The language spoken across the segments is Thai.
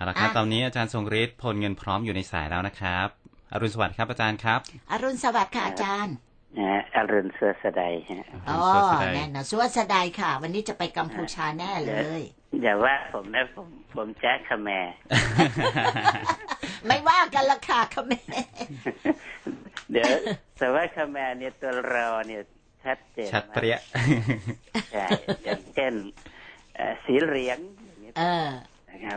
เอาละครับตอนนี้อาจารย์ทรงฤทธิ์พลเงินพร้อมอยู่ในสายแล้วนะครับอรุณสวัสดิ์ครับอาจารย์ครับอรุณสวัสดิ์ค่ะอาจารย์อรุณสวัสดิ์ฮะอ๋อแน่นอนสวัสดิ์ค่ะวันนี้จะไปกัมพูชาแน่เลยอย่าว่าผมนะผมแจ๊คคาแมไม่ว่ากันละค่ะคาแมเดี๋ยวแต่ว่าคาแมเนี่ยตัวรอเนี่ยชัดเจนชัดเปรี้ยใช่อย่างเช่นสีเหลืองนะครับ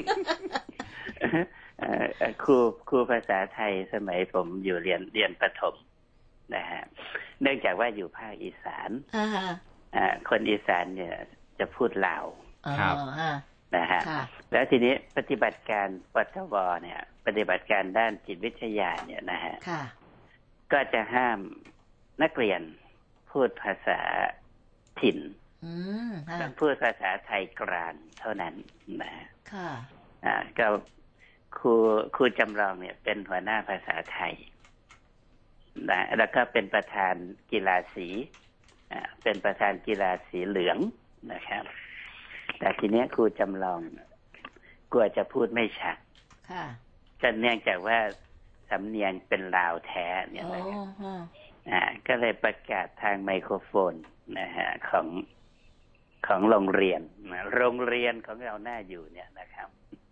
ครูภาษาไทยสมัยผมอยู่เรียนประถมนะฮะเนื่องจากว่าอยู่ภาคอีสานคนอีสานเนี่ยจะพูดลาวนะฮะแล้วทีนี้ปฏิบัติการปทวเนี่ยปฏิบัติการด้านจิตวิทยาเนี่ยนะฮะก็จะห้ามนักเรียนพูดภาษาถิ่นต้องพูดภาษาไทยกลางเท่านั้นนะก็ครูจำลองเนี่ยเป็นหัวหน้าภาษาไทยนะแล้วก็เป็นประธานกีฬาสีเป็นประธานกีฬาสีเหลืองนะครับแต่ทีนี้ครูจำลองกลัวจะพูดไม่ชัดก็เนื่องจากว่าสำเนียงเป็นลาวแท้เนี่ยนะครับก็เลยประกาศทางไมโครโฟนนะฮะของโรงเรียนโรงเรียนของเราหน้าอยู่เนี่ยนะครับ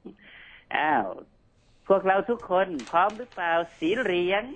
พวกเราทุกคนพร้อมหรือเปล่าสีเหลือง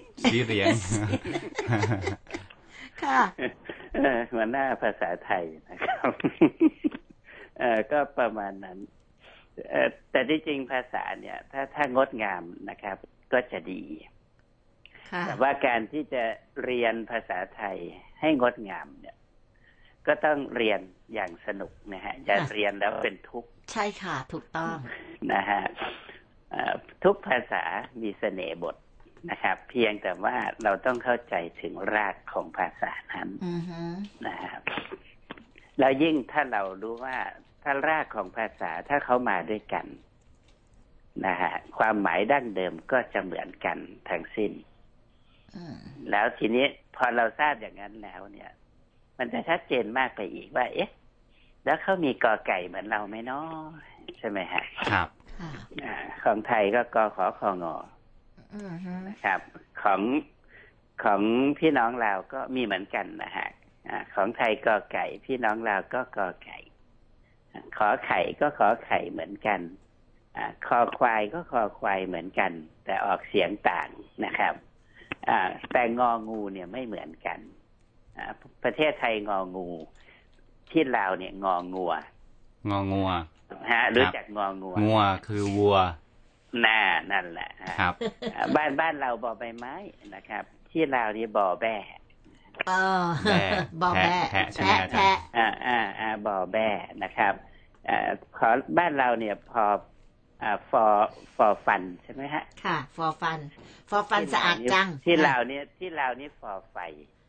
ค่ะหัวหน้าภาษาไทยนะครับก็ประมาณนั้นแต่ที่จริงภาษาเนี่ยถ้างดงามนะครับก็จะดีแต่ว่าการที่จะเรียนภาษาไทยให้งดงามเนี่ยก็ต้องเรียนอย่างสนุกนะฮะอย่าเรียนแล้วเป็นทุกข์ใช่ค่ะถูกต้องนะฮะทุกภาษามีเสน่ห์บทนะครับเพียงแต่ว่าเราต้องเข้าใจถึงรากของภาษานั้นนะครับแล้วยิ่งถ้าเรารู้ว่าถ้ารากของภาษาถ้าเขามาด้วยกันนะฮะความหมายดั้งเดิมก็จะเหมือนกันทั้งสิ้นแล้วทีนี้พอเราทราบอย่างนั้นแล้วเนี่ยมันจะชัดเจนมากไปอีกว่าเอ๊ะแล้วเขามีกอไก่เหมือนเราไหมเนาะใช่ไหมฮะครับของไทยก็กอขอคองอนะครับของพี่น้องลาวก็มีเหมือนกันนะฮะของไทยกอไก่พี่น้องลาวก็กอไก่ขอไข่ก็ขอไข่เหมือนกันคอควายก็คอควายเหมือนกันแต่ออกเสียงต่างนะครับแต่งองูเนี่ยไม่เหมือนกันประเทศไทยงองูที่ลาวเนี่ยงองัวรู้จักงองัวคือวัวนั่นแหละครับบ้านเราบ่อใบไม้นะครับที่ลาวนี่บ่อแบ้บ่อแบ้แพะใช่ไหมอาจารย์บ่อแบ้นะครับขอบ้านเราเนี่ยพอฟอฟันใช่ไหมฮะค่ะฟอฟันสะอาดจังที่ลาวนี่ฟอไฟ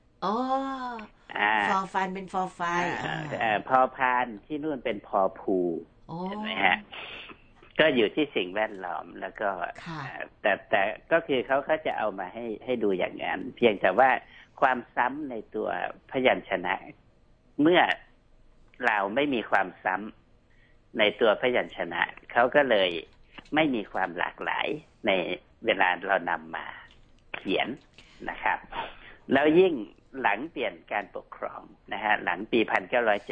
ฟอฟันเป็นฟอไฟพอพานที่นู่นเป็นพอภูเห็นไหมฮะก็อยู่ที่สิ่งแวดล้อมแล้วก็แต่ก็คือเขาจะเอามาให้ดูอย่างนั้นเพียงแต่ว่าความซ้ำในตัวพยัญชนะเมื่อเราไม่มีความซ้ำในตัวพยัญชนะเขาก็เลยไม่มีความหลากหลายในเวลาเรานำมาเขียนนะครับแล้วยิ่งหลังเปลี่ยนการปกครองนะฮะหลังปี 1975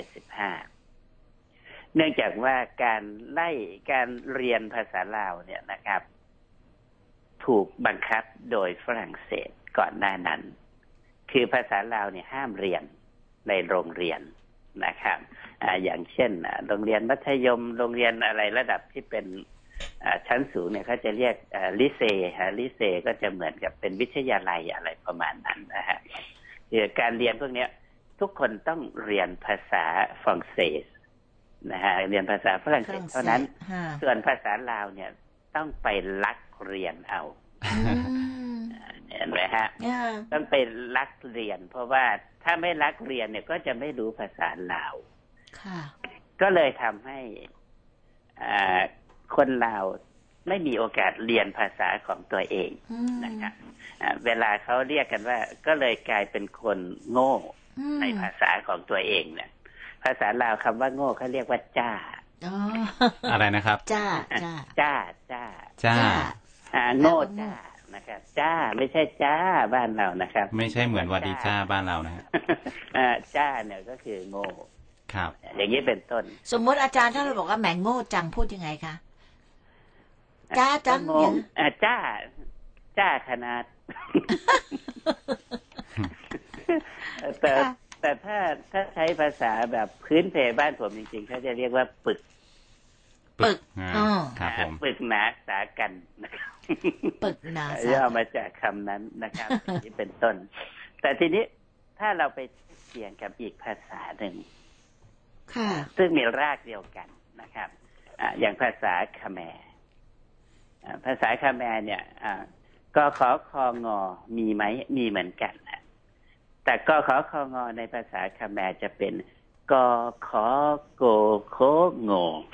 เนื่องจากว่าการเรียนภาษาลาวเนี่ยนะครับถูกบังคับโดยฝรั่งเศสก่อนหน้านั้นคือภาษาลาวเนี่ยห้ามเรียนในโรงเรียนนะครับอย่างเช่นโรงเรียนมัธยมโรงเรียนอะไรระดับที่เป็นชั้นสูงเนี่ยเขาจะเรียกลิเซก็จะเหมือนกับเป็นวิทยาลัยอะไรประมาณนั้นนะฮะการเรียนพวกนี้ทุกคนต้องเรียนภาษาฝรั่งเศสนะฮะเรียนภาษาฝรั่งเศสเท่านั้นส่วนภาษาลาวเนี่ยต้องไปลักเรียนเอาเห็นไหมฮะต้องไปลักเรียนเพราะว่าถ้าไม่ลักเรียนเนี่ยก็จะไม่รู้ภาษาลาวก็เลยทำให้คนลาวไม่มีโอกาสเรียนภาษาของตัวเองนะครับเวลาเขาเรียกกันว่าก็เลยกลายเป็นคนโง่ในภาษาของตัวเองเนี่ยภาษาลาวคำว่าโง่เขาเรียกว่าจ้าอ๋ออะไรนะครับจ้าจ้าโง่จ้านะครับจ้าไม่ใช่จ้าบ้านเรานะครับไม่ใช่เหมือนวัดดีจ้าบ้านเรานะฮะจ้าเนี่ยก็คือโง่ครับอย่างนี้เป็นต้นสมมติอาจารย์ถ้าเราบอกว่าแหมโง่จังพูดยังไงคะจ้าจังโง่จ้าขนาด แต่ถ้าใช้ภาษาแบบพื้นเพบ้านผมจริงๆเขาจะเรียกว่าปึกครับผมปึกหนาสากันนะครับปึกหนาสาย่อมาจากคำนั้นนะครับนี่เป็นต้นแต่ทีนี้ถ้าเราไปเทียบกับอีกภาษาหนึ่งซึ่งมีรากเดียวกันนะครับอย่างภาษาคแมร์ภาษาคแมร์เนี่ยกขคงมีไหมมีเหมือนกันแต่กขคงในภาษาคแมร์จะเป็นกขโกโคโง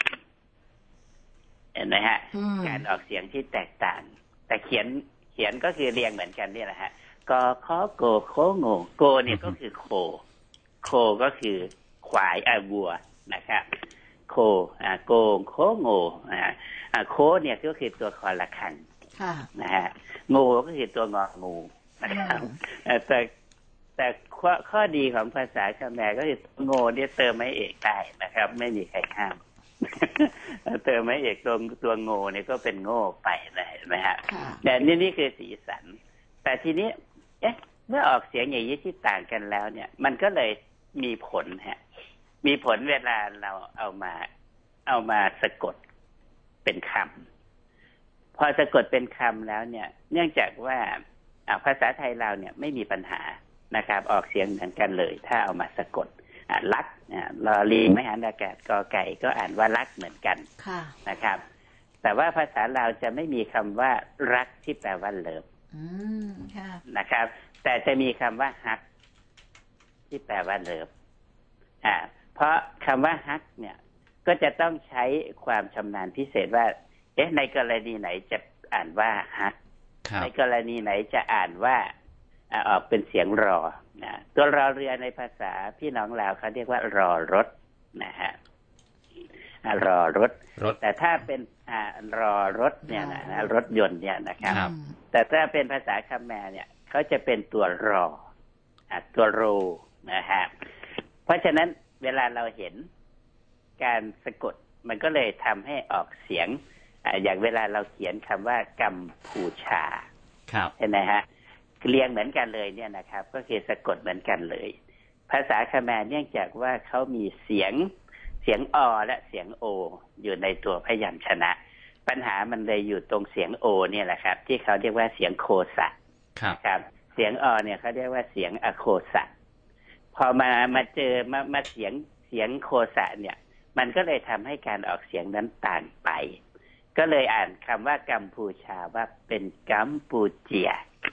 เห็นไหมฮะการออกเสียงที่แตกต่างแต่เขียนก็คือเรียงเหมือนกันนี่แหละฮะกขโกโคโงโกเนี่ยก็คือโคก็คือควายวัวนะครับโคโกโคโงโคเนี่ยก็คือตัวคอระฆังนะฮะงูก็คือตัวงองูนะครับแต่ข้อดีของภาษาคแมร์ก็คือโง่เนี่ยเติมไม่เอกได้นะครับไม่มีใครห้ามเติมไม่เอกตัวโง่เนี่ยก็เป็นโง่ไปเลยนะฮะแต่นี่คือสีสันแต่ทีนี้เมื่อออกเสียงอย่างนี้ที่ต่างกันแล้วเนี่ยมันก็เลยมีผลฮะมีผลเวลาเราเอามาสะกดเป็นคำพอสะกดเป็นคำแล้วเนี่ยเนื่องจากว่าภาษาไทยเราเนี่ยไม่มีปัญหานะครับออกเสียงเหมือนกันเลยถ้าเอามาสะกดลักลอลิงไม่หันอากาศกอไก่ก็อ่านว่ารักเหมือนกันนะครับแต่ว่าภาษาเราจะไม่มีคำว่ารักที่แปลว่าเลิฟนะครับแต่จะมีคำว่าฮักที่แปลว่าเลิฟเพราะคำว่าฮักเนี่ยก็จะต้องใช้ความชำนาญพิเศษว่าในกรณีไหนจะอ่านว่าฮักในกรณีไหนจะอ่านว่าออกเป็นเสียงรอตัวรอเรือในภาษาพี่น้องลาวเขาเรียกว่ารอรถนะฮะรอรถแต่ถ้าเป็นรอรถเนี่ยนะรถยนต์เนี่ยนะครับแต่ถ้าเป็นภาษาคแมร์เนี่ยเขาจะเป็นตัวรอตัวโรนะฮะเพราะฉะนั้นเวลาเราเห็นการสะกดมันก็เลยทำให้ออกเสียงอย่างเวลาเราเขียนคำว่ากัมพูชาใช่ไหมฮะเรียงเหมือนกันเลยเนี่ยนะครับก็คือสะกดเหมือนกันเลยภาษาคแมร์เนื่องจากว่าเขามีเสียงอและเสียงโออยู่ในตัวพยัญชนะปัญหามันเลยอยู่ตรงเสียงโอเนี่ยแหละครับที่เขาเรียกว่าเสียงโคสะครับเสียงอเนี่ยเขาเรียกว่าเสียงอโคสะพอมาเจอมาเสียงโคสะเนี่ยมันก็เลยทำให้การออกเสียงนั้นต่างไปก็เลยอ่านคำว่ากัมพูชาว่าเป็นกัมพูเจีย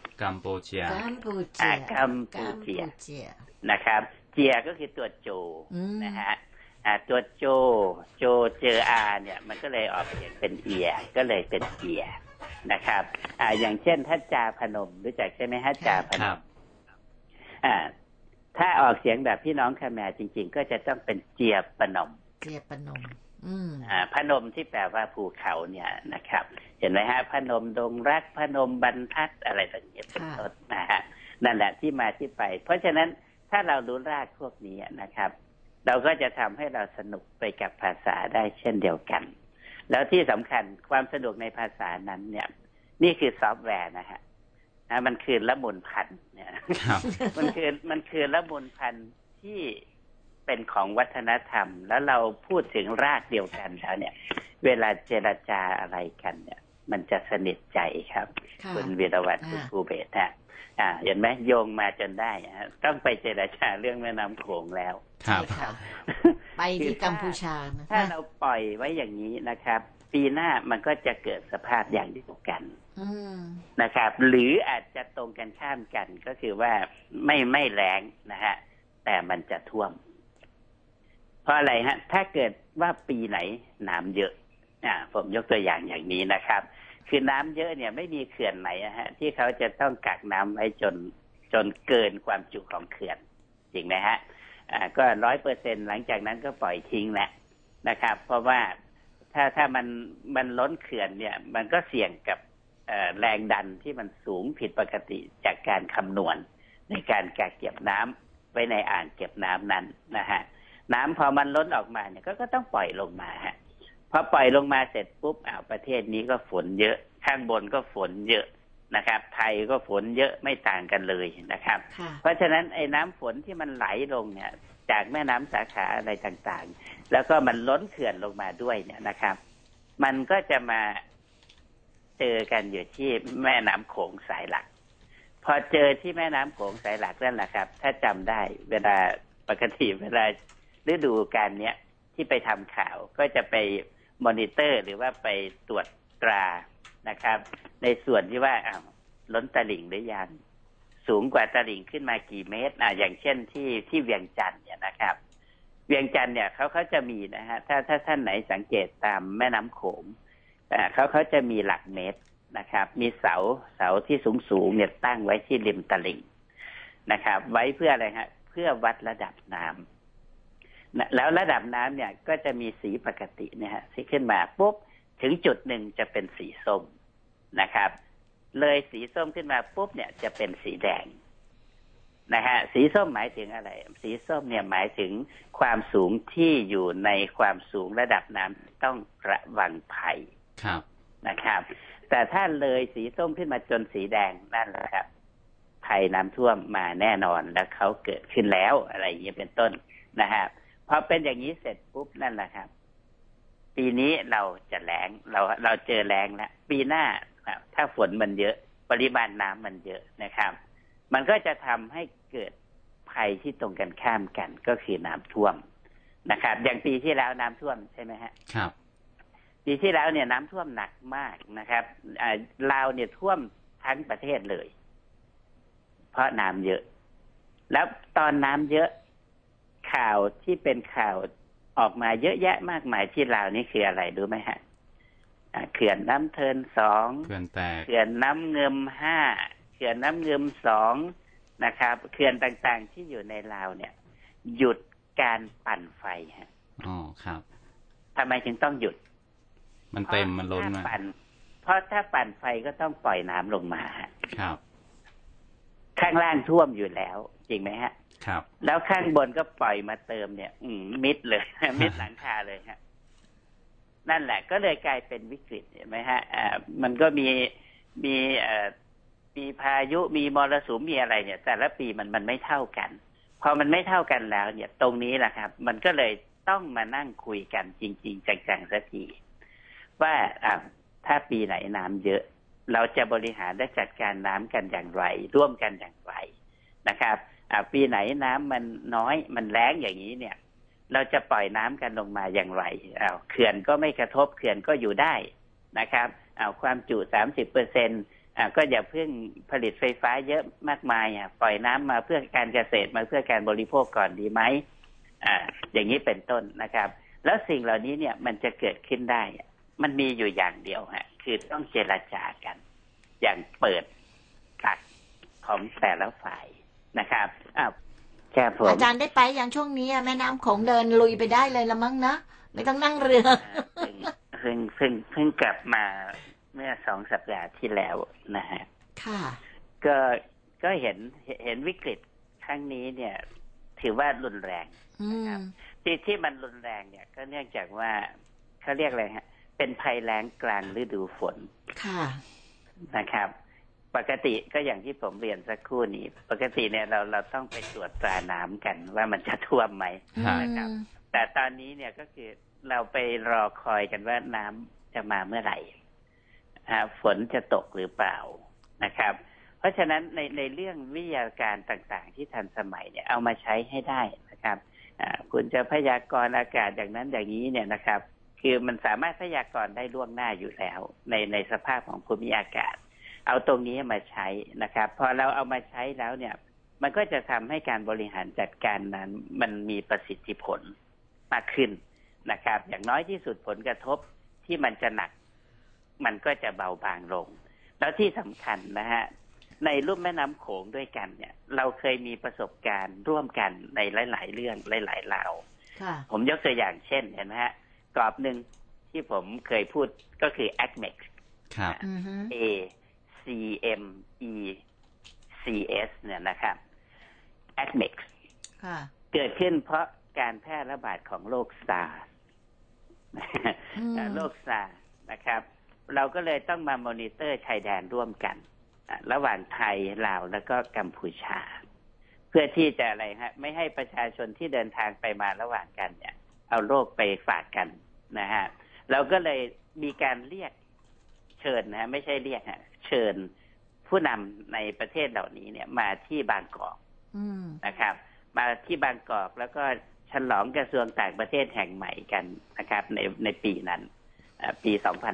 นะครับเจียก็คือตัวโจนะฮะตัวโจเจออาเนี่ยมันก็เลยออกเสียงเป็นเอียก็เลยเป็นเอียนะครับอย่างเช่นถ้าจาพนมรู้จักใช่ไหมฮะจาพนมถ้าออกเสียงแบบพี่น้องคแมร์จริงๆก็จะต้องเป็นเจียปนมพนมที่แปลว่าภูเขาเนี่ยนะครับเห็นไหมฮะพนมดงรักพนมบรรทัดอะไรต่างๆเป็นต้นนะฮะนั่นแหละที่มาที่ไปเพราะฉะนั้นถ้าเรารู้รากพวกนี้นะครับเราก็จะทำให้เราสนุกไปกับภาษาได้เช่นเดียวกันแล้วที่สำคัญความสนุกในภาษานั้นเนี่ยนี่คือซอฟต์แวร์นะฮะมันคือละมุนพันเนี่ยมันคือละมุนพันที่เป็นของวัฒนธรรมแล้วเราพูดถึงรากเดียวกันแล้วเนี่ยเวลาเจรจาอะไรกันเนี่ยมันจะสนิทใจครับคุณวีรวัฒน์คุณภูเบศรเห็นไหมโยงมาจนได้ต้องไปเจรจาเรื่องแม่น้ำโขงแล้วครับไปที่กัมพูชาถ้าเราปล่อยไว้อย่างนี้นะครับปีหน้ามันก็จะเกิดสภาพอย่างเดียวกันนะครับหรืออาจจะตรงกันข้ามกันก็คือว่าไม่แรงนะฮะแต่มันจะท่วมเพราะอะไรฮะถ้าเกิดว่าปีไหนน้ำเยอะผมยกตัวอย่างนี้นะครับคือน้ำเยอะเนี่ยไม่มีเขื่อนไหนฮะที่เขาจะต้องกักน้ำไว้จนเกินความจุของเขื่อนจริงไหมฮะก็100%หลังจากนั้นก็ปล่อยทิ้งแหละนะครับเพราะว่าถ้ามันล้นเขื่อนเนี่ยมันก็เสี่ยงกับแรงดันที่มันสูงผิดปกติจากการคำนวณในการกักเก็บน้ำไว้ในอ่างเก็บน้ำนั้นนะฮะน้ำพอมันล้นออกมาเนี่ยก็ต้องปล่อยลงมาฮะพอปล่อยลงมาเสร็จปุ๊บประเทศนี้ก็ฝนเยอะข้างบนก็ฝนเยอะนะครับไทยก็ฝนเยอะไม่ต่างกันเลยนะครับเพราะฉะนั้นไอ้น้ำฝนที่มันไหลลงเนี่ยจากแม่น้ำสาขาอะไรต่างๆแล้วก็มันล้นเขื่อนลงมาด้วยเนี่ยนะครับมันก็จะมาเจอกันอยู่ที่แม่น้ำโขงสายหลักพอเจอที่แม่น้ำโขงสายหลักนั่นแหละครับถ้าจำได้เวลาปกติเวลาฤดูกาลเนี้ยที่ไปทำข่าวก็จะไปมอนิเตอร์หรือว่าไปตรวจตรานะครับในส่วนที่ว่าล้นตลิ่งหรือยังสูงกว่าตลิ่งขึ้นมากี่เมตรอย่างเช่นที่เวียงจันทร์เนี่ยนะครับเวียงจันทร์เนี่ยเขาจะมีนะฮะถ้าท่านไหนสังเกตตามแม่น้ำโขงเขาจะมีหลักเมตรนะครับมีเสาที่สูงเนี่ยตั้งไว้ที่ริมตลิ่งนะครับไว้เพื่ออะไรฮะเพื่อวัดระดับน้ำแล้วระดับน้ำเนี่ยก็จะมีสีปกติเนี่ยฮะที่ขึ้นมาปุ๊บถึงจุดหนึ่งจะเป็นสีส้มนะครับเลยสีส้มขึ้นมาปุ๊บเนี่ยจะเป็นสีแดงนะฮะสีส้มหมายถึงอะไรสีส้มเนี่ยหมายถึงความสูงที่อยู่ในความสูงระดับน้ำต้องระวังภัยนะครับแต่ถ้าเลยสีส้มขึ้นมาจนสีแดงนั่นแหละครับภัยน้ำท่วมมาแน่นอนแล้วเขาเกิดขึ้นแล้วอะไรอย่างเงี้ยเป็นต้นนะฮะพอเป็นอย่างนี้เสร็จปุ๊บนั่นแหละครับปีนี้เราจะแล้งเราเจอแล้งแล้วปีหน้าถ้าฝนมันเยอะปริมาณน้ำมันเยอะนะครับมันก็จะทำให้เกิดภัยที่ตรงกันข้ามกันก็คือน้ำท่วมนะครับอย่างปีที่แล้วน้ำท่วมใช่ไหมฮะครับปีที่แล้วเนี่ยน้ำท่วมหนักมากนะครับลาวเนี่ยท่วมทั้งประเทศเลยเพราะน้ำเยอะแล้วตอนน้ำเยอะข่าวที่เป็นข่าวออกมาเยอะแยะมากมายที่ลาวนี่คืออะไรรู้ไหมฮะเขื่อนน้ำเทิน2เขื่อนแตกเขื่อนน้ำเงิม5เขื่อนน้ำเงิม2นะครับเขื่อนต่างๆที่อยู่ในลาวเนี่ยหยุดการปั่นไฟฮะอ๋อครับทำไมจึงต้องหยุดมันเต็มมันล้นมาเพราะถ้าปั่นไฟก็ต้องปล่อยน้ำลงมาครับข้างล่างท่วมอยู่แล้วจริงไหมฮะครับแล้วข้างบนก็ปล่อยมาเติมเนี่ยมิดเลยมิดหลังคาเลยฮะนั่นแหละก็เลยกลายเป็นวิกฤตเห็นไหมฮะมันก็มีพายุมีมรสุมมีอะไรเนี่ยแต่ละปีมันไม่เท่ากันพอมันไม่เท่ากันแล้วเนี่ยตรงนี้แหละครับมันก็เลยต้องมานั่งคุยกันจริงๆจังๆสักทีว่าถ้าปีไหนน้ำเยอะเราจะบริหารและจัดการน้ำกันอย่างไรร่วมกันอย่างไรนะครับปีไหนน้ำมันน้อยมันแล้งอย่างนี้เนี่ยเราจะปล่อยน้ำกันลงมาอย่างไรเขื่อนก็ไม่กระทบเขื่อนก็อยู่ได้นะครับความจุ30%ก็อย่าเพิ่งผลิตไฟฟ้าเยอะมากมายปล่อยน้ำมาเพื่อการเกษตรมาเพื่อการบริโภคก่อนดีไหมอย่างนี้เป็นต้นนะครับแล้วสิ่งเหล่านี้เนี่ยมันจะเกิดขึ้นได้มันมีอยู่อย่างเดียวคือต้องเจรจากันอย่างเปิดปากของแต่ละฝ่ายนะครับอาจารย์ได้ไปอย่างช่วงนี้แม่น้ำโขงเดินลุยไปได้เลยละมั้งนะไม่ต้องนั่งเรือเพิ่งกลับมาเมื่อ2 สัปดาห์ที่แล้วนะฮะค่ะก็เห็นวิกฤตครั้งนี้เนี่ยถือว่ารุนแรงนะครับที่มันรุนแรงเนี่ยก็เนื่องจากว่าเขาเรียกอะไรฮะเป็นภัยแล้งกลางฤดูฝนค่ะนะครับปกติก็อย่างที่ผมเรียนสักครู่นี้ปกติเนี่ยเราต้องไปตรวจตราน้ำกันว่ามันจะท่วมไหมนะครับแต่ตอนนี้เนี่ยก็คือเราไปรอคอยกันว่าน้ำจะมาเมื่อไหร่ฝนจะตกหรือเปล่านะครับเพราะฉะนั้นในเรื่องวิทยาการต่างๆที่ทันสมัยเนี่ยเอามาใช้ให้ได้นะครับคุณจะพยากรณ์อากาศอย่างนั้นอย่างนี้เนี่ยนะครับคือมันสามารถพยากรณ์ได้ล่วงหน้าอยู่แล้วในสภาพของภูมิอากาศเอาตรงนี้มาใช้นะครับพอเราเอามาใช้แล้วเนี่ยมันก็จะทำให้การบริหารจัดการนั้นมันมีประสิทธิผลมากขึ้นนะครับอย่างน้อยที่สุดผลกระทบที่มันจะหนักมันก็จะเบาบางลงแล้วที่สำคัญนะฮะในลุ่มแม่น้ำโขงด้วยกันเนี่ยเราเคยมีประสบการณ์ร่วมกันในหลายๆเรื่องหลายๆราวผมยกตัวอย่างเช่นเห็นไหมฮะกรอบหนึ่งที่ผมเคยพูดก็คือ ACMEX ครับ A C M E C S เนี่ยนะครับ ACMEX เกิดขึ้นเพราะการแพร่ระบาดของโรคซาร์โรคซาร์นะครับเราก็เลยต้องมามอนิเตอร์ชายแดนร่วมกันระหว่างไทยลาวแล้วก็กัมพูชาเพื่อที่จะอะไรฮะไม่ให้ประชาชนที่เดินทางไปมาระหว่างกันเนี่ยเอาโรคไปฝากกันนะฮะเราก็เลยมีการเรียกเชิญนะไม่ใช่เรียกฮะเชิญผู้นำในประเทศเหล่านี้เนี่ยมาที่บางกอกนะครับมาที่บางกอกแล้วก็ฉลองกระทรวงต่างประเทศแห่งใหม่กันนะครับในปีนั้นปี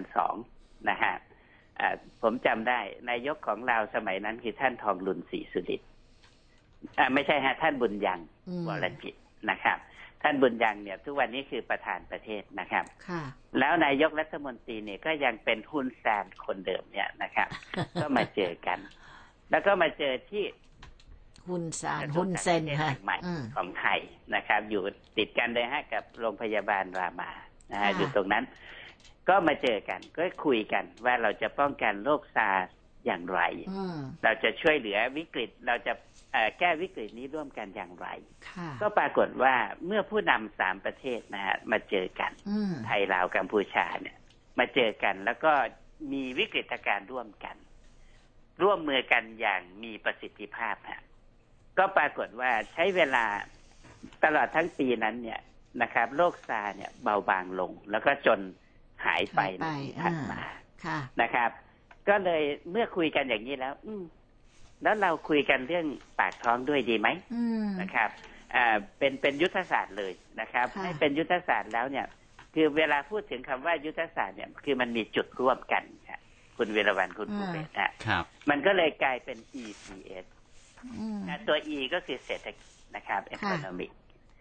2002 นะฮะผมจำได้นายกของเราสมัยนั้นคือท่านทองลุนศรีสุดิษฐ์ไม่ใช่ฮะท่านบุญยังวรจิตนะครับท่านบุญยังเนี่ยทุกวันนี้คือประธานประเทศนะครับแล้วนายกรัฐมนตรีเนี่ยก็ยังเป็นฮุนแซนคนเดิมเนี่ยนะครับ ก็มาเจอกันแล้วก็มาเจอที่ฮุนเซนใหม่ของไทยนะครับอยู่ติดกันเลยฮะกับโรงพยาบาลรามานะฮะอยู่ตรงนั้นก็มาเจอกันก็คุยกันว่าเราจะป้องกันโรคซาร์อย่างไรเราจะช่วยเหลือวิกฤตเราจะแก้วิกฤตนี้ร่วมกันอย่างไรก็ปรากฏว่าเมื่อผู้นำ3ประเทศนะฮะมาเจอกันไทยลาวกัมพูชาเนี่ยมาเจอกันแล้วก็มีวิกฤตการณ์ร่วมกันร่วมมือกันอย่างมีประสิทธิภาพฮะก็ปรากฏว่าใช้เวลาตลอดทั้งปีนั้นเนี่ยนะครับโรคซาร์เนี่ยเบาบางลงแล้วก็จนหายไปในปีถัดมานะครับก็เลยเมื่อคุยกันอย่างนี้แล้วเราคุยกันเรื่องปากท้องด้วยดีไหมนะครับเป็นยุทธศาสตร์เลยนะครับให้เป็นยุทธศาสตร์แล้วเนี่ยคือเวลาพูดถึงคำว่ายุทธศาสตร์เนี่ยคือมันมีจุดร่วมกันครับคุณวีรวรรณคุณภูเบศครับมันก็เลยกลายเป็น ECS ตัว E ก็คือเศรษฐกิจนะครับ economic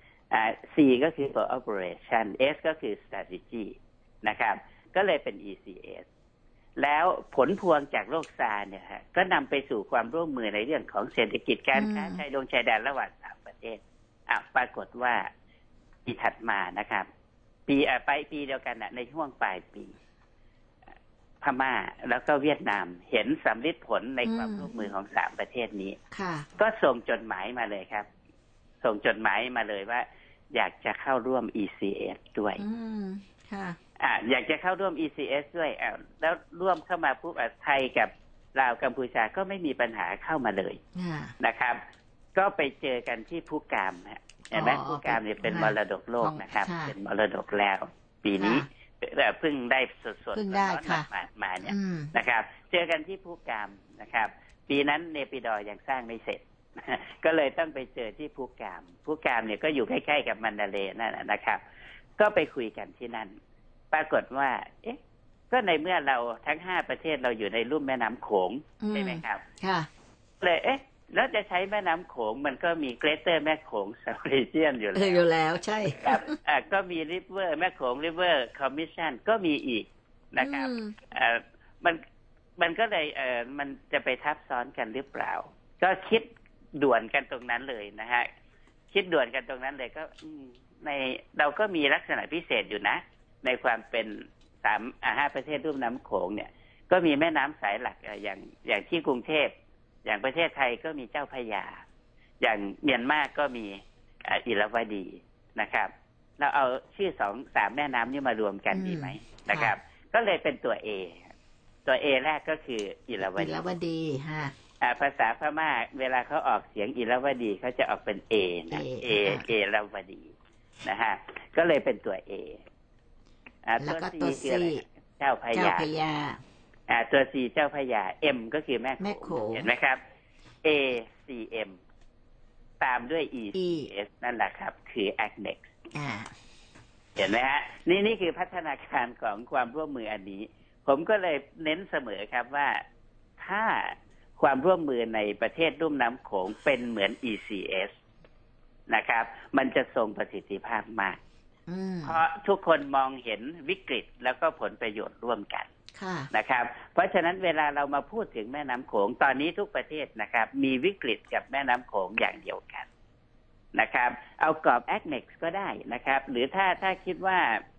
C ก็คือ cooperation S ก็คือ strategy นะครับก็เลยเป็น ECS แล้วผลพวงจากโรคซาร์เนี่ยฮะก็นำไปสู่ความร่วมมือในเรื่องของเศรษฐกิจการค้าชายแดนระหว่าง3ประเทศปรากฏว่าปีถัดมานะครับไปปีเดียวกันในช่วงปลายปีพม่าแล้วก็เวียดนามเห็นสำลิดผลในความร่วมมือของ3ประเทศนี้ก็ส่งจดหมายมาเลยครับส่งจดหมายมาเลยว่าอยากจะเข้าร่วม ECS ด้วยอยากจะเข้าร่วม ECS ด้วยแล้วร่วมเข้ามาปุ๊บไทยกับลาวกัมพูชาก็ไม่มีปัญหาเข้ามาเลยนะครับก็ไปเจอกันที่ภูกามเห็นไหมภูกามเนี่ยเป็นมรดกโลกนะครับเป็นมรดกแล้วปีนี้เพิ่งได้สดๆมาเนี่ยนะครับเจอกันที่ภูกามนะครับปีนั้นเนปิดอยังสร้างไม่เสร็จก็เลยต้องไปเจอที่ภูกามเนี่ยก็อยู่ใกล้ๆกับมันดาเลย์นั่นนะครับก็ไปคุยกันที่นั่นปรากฏว่าก็ในเมื่อเราทั้ง5ประเทศเราอยู่ในลุ่มแม่น้ำโขงใช่ไหมครับเลยแล้วจะใช้แม่น้ำโขงมันก็มีเกรเตอร์แม่โขงซับรีเจียนอยู่แล้วใช่ครับก็มีริเวอร์แม่โขงริเวอร์คอมมิชชั่นก็มีอีกนะครับมันก็เลยมันจะไปทับซ้อนกันหรือเปล่าก็คิดด่วนกันตรงนั้นเลยนะฮะคิดด่วนกันตรงนั้นเลยก็ในเราก็มีลักษณะพิเศษอยู่นะในความเป็น5ประเทศลุ่มน้ำโขงเนี่ยก็มีแม่น้ำสายหลักอย่างที่กรุงเทพอย่างประเทศไทยก็มีเจ้าพระยาอย่างเมียนมาก็มีอิรวดีนะครับเราเอาชื่อ3แม่น้ำนี้มารวมกันดีไหมนะครับก็เลยเป็นตัว A ตัว A แรกก็คืออิรวดีฮะภาษาพม่าเวลาเขาออกเสียงอิรวดีเขาจะออกเป็น A นะเอรวดีนะฮะก็เลยเป็นตัว A ตัว C คืออะไรเจ้าพระยาตัว C เจ้าพระยา M ก็คือแม่โขงเห็นไหมครับ A C M ตามด้วย E C S นั่นแหละครับคือ ACMEX เห็นไหมฮะนี่คือพัฒนาการของความร่วมมืออันนี้ผมก็เลยเน้นเสมอครับว่าถ้าความร่วมมือในประเทศลุ่มน้ำโขงเป็นเหมือน ECS นะครับมันจะทรงประสิทธิภาพมากเพราะทุกคนมองเห็นวิกฤตแล้วก็ผลประโยชน์ร่วมกันนะครับเพราะฉะนั้นเวลาเรามาพูดถึงแม่น้ำโขงตอนนี้ทุกประเทศนะครับมีวิกฤตกับแม่น้ำโขงอย่างเดียวกันนะครับเอากรอบ ACMEX ก็ได้นะครับหรือถ้าคิดว่า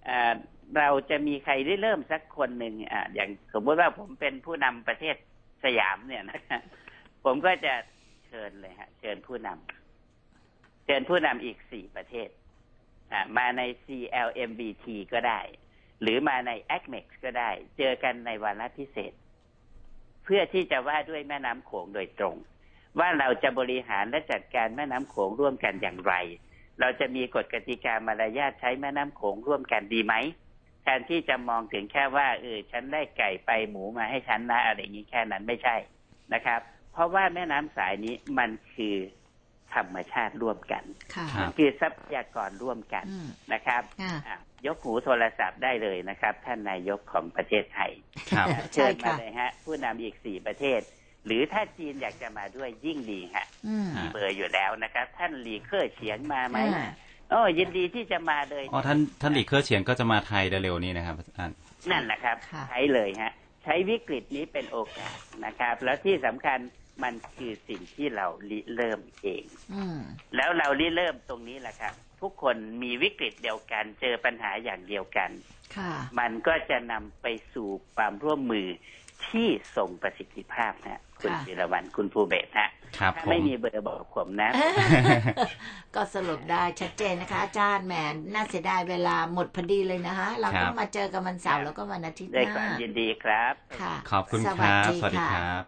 เราจะมีใครได้เริ่มสักคนหนึ่งอย่างสมมติว่าผมเป็นผู้นำประเทศสยามเนี่ยนะครับผมก็จะเชิญเลยฮะเชิญผู้นำอีก4ประเทศมาใน CLMVT ก็ได้หรือมาใน ACMEX ก็ได้เจอกันในวาระพิเศษเพื่อที่จะว่าด้วยแม่น้ำโขงโดยตรงว่าเราจะบริหารและจัดการแม่น้ำโขงร่วมกันอย่างไรเราจะมีกฎกติกามารยาทใช้แม่น้ำโขงร่วมกันดีไหมแทนที่จะมองถึงแค่ว่าฉันได้ไก่ไปหมูมาให้ฉันนะอะไรอย่างนี้แค่นั้นไม่ใช่นะครับเพราะว่าแม่น้ำสายนี้มันคือธรรมชาติร่วมกันมันคือทรัพยากรร่วมกันนะครับยกหูโทรศัพท์ได้เลยนะครับท่านนายกของประเทศไทยเชิญมาเลยฮะผู้นำอีก4ประเทศหรือถ้าจีนอยากจะมาด้วยยิ่งดีฮะมีเบอร์อยู่แล้วนะครับท่านหลีเค่อเฉียงมาไหมยินดีที่จะมาเลยท่านหลีเค่อเฉียงก็จะมาไทยเร็วๆนี้นะครับนั่นแหละครับใช้เลยฮะใช้วิกฤตนี้เป็นโอกาสนะครับแล้วที่สำคัญมันคือสิ่งที่เราริเริ่มเองแล้วเราริเริ่มตรงนี้แหละครับทุกคนมีวิกฤตเดียวกันเจอปัญหาอย่างเดียวกันมันก็จะนำไปสู่ความร่วมมือที่ทรงประสิทธิภาพนะคุณศิรวรรณคุณภูเบศนะถ้าไม่มีเบอร์บอกผมนะก็สรุปได้ชัดเจนนะคะอาจารย์แหมน่าเสียดายเวลาหมดพอดีเลยนะคะเราก็มาเจอกันวันเสาร์แล้วก็วันอาทิตย์หน้าด้วยความยินดีครับขอบคุณครับสวัสดีครับ